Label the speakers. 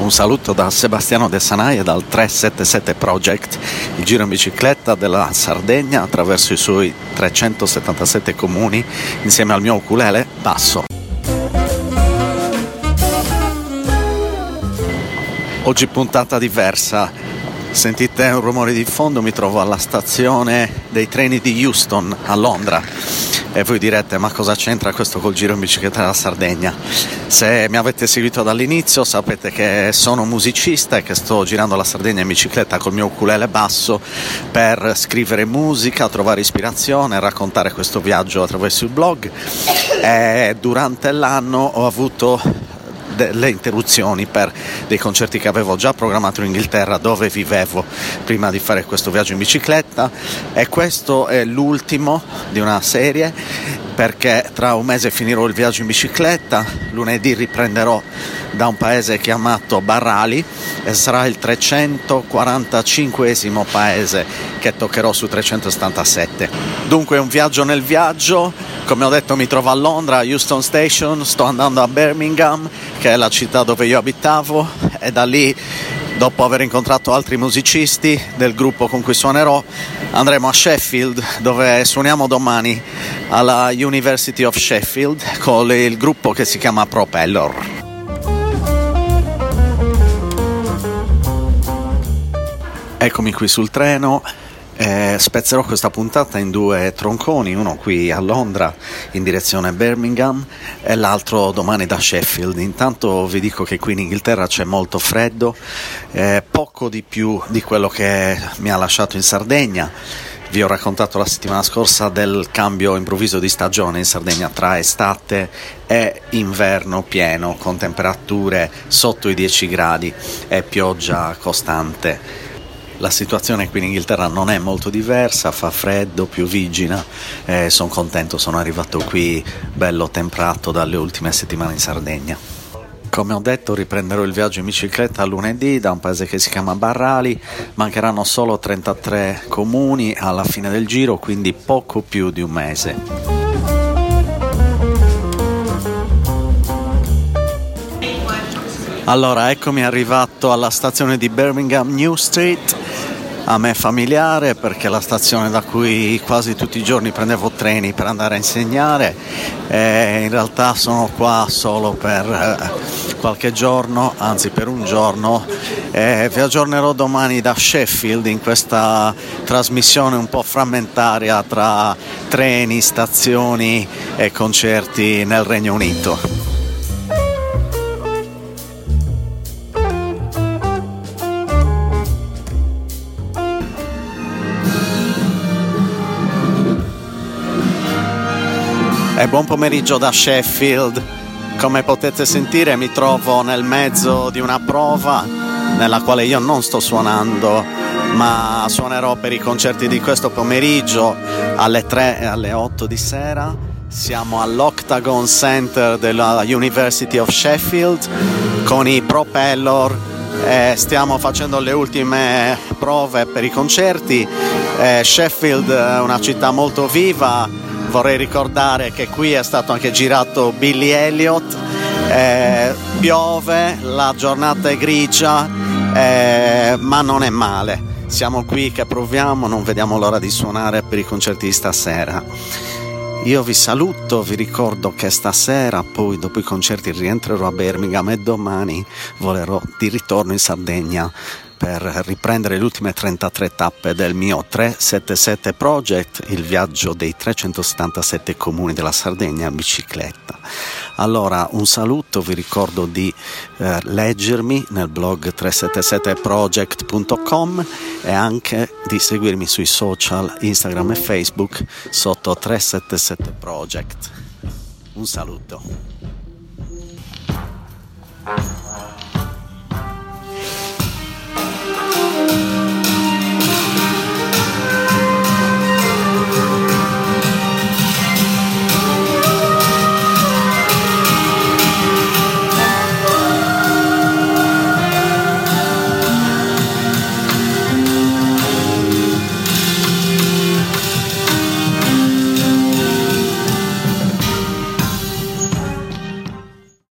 Speaker 1: Un saluto da Sebastiano De Sanai e dal 377 Project, il giro in bicicletta della Sardegna attraverso i suoi 377 comuni insieme al mio ukulele basso. Oggi puntata diversa, sentite un rumore di fondo, mi trovo alla stazione dei treni di Euston a Londra e voi direte ma cosa c'entra questo col giro in bicicletta della Sardegna? Se mi avete seguito dall'inizio sapete che sono musicista e che sto girando la Sardegna in bicicletta col mio ukulele basso per scrivere musica, trovare ispirazione, raccontare questo viaggio attraverso il blog e durante l'anno ho avuto delle interruzioni per dei concerti che avevo già programmato in Inghilterra dove vivevo prima di fare questo viaggio in bicicletta e questo è l'ultimo di una serie perché tra un mese finirò il viaggio in bicicletta, lunedì riprenderò da un paese chiamato Barrali e sarà il 345esimo paese che toccherò su 377. Dunque è un viaggio nel viaggio, come ho detto mi trovo a Londra, a Euston Station, sto andando a Birmingham che è la città dove io abitavo e da lì, dopo aver incontrato altri musicisti del gruppo con cui suonerò, andremo a Sheffield dove suoniamo domani alla University of Sheffield con il gruppo che si chiama Propeller. Eccomi qui sul treno. Spezzerò questa puntata in due tronconi, uno qui a Londra in direzione Birmingham e l'altro domani da Sheffield. Intanto vi dico che qui in Inghilterra c'è molto freddo, poco di più di quello che mi ha lasciato in Sardegna. Vi ho raccontato la settimana scorsa del cambio improvviso di stagione in Sardegna tra estate e inverno pieno con temperature sotto i 10 gradi e pioggia costante. La situazione qui in Inghilterra non è molto diversa, fa freddo, pioviggina e sono contento, sono arrivato qui bello temprato dalle ultime settimane in Sardegna. Come ho detto riprenderò il viaggio in bicicletta lunedì da un paese che si chiama Barrali, mancheranno solo 33 comuni alla fine del giro, quindi poco più di un mese. Allora, eccomi arrivato alla stazione di Birmingham New Street, a me familiare perché è la stazione da cui quasi tutti i giorni prendevo treni per andare a insegnare e in realtà sono qua solo per qualche giorno, anzi per un giorno, e vi aggiornerò domani da Sheffield in questa trasmissione un po' frammentaria tra treni, stazioni e concerti nel Regno Unito. E buon pomeriggio da Sheffield. Come potete sentire mi trovo nel mezzo di una prova nella quale io non sto suonando, ma suonerò per i concerti di questo pomeriggio alle 3 e alle 8 di sera. Siamo all'Octagon Center della University of Sheffield con i Propeller e stiamo facendo le ultime prove per i concerti. Sheffield è una città molto viva. Vorrei ricordare che qui è stato anche girato Billy Elliot, piove, la giornata è grigia, ma non è male. Siamo qui che proviamo, non vediamo l'ora di suonare per i concerti di stasera. Io vi saluto, vi ricordo che stasera, poi dopo i concerti rientrerò a Birmingham e domani volerò di ritorno in Sardegna per riprendere le ultime 33 tappe del mio 377 Project, il viaggio dei 377 comuni della Sardegna in bicicletta. Allora, un saluto, vi ricordo di leggermi nel blog 377project.com e anche di seguirmi sui social Instagram e Facebook sotto 377 Project. Un saluto.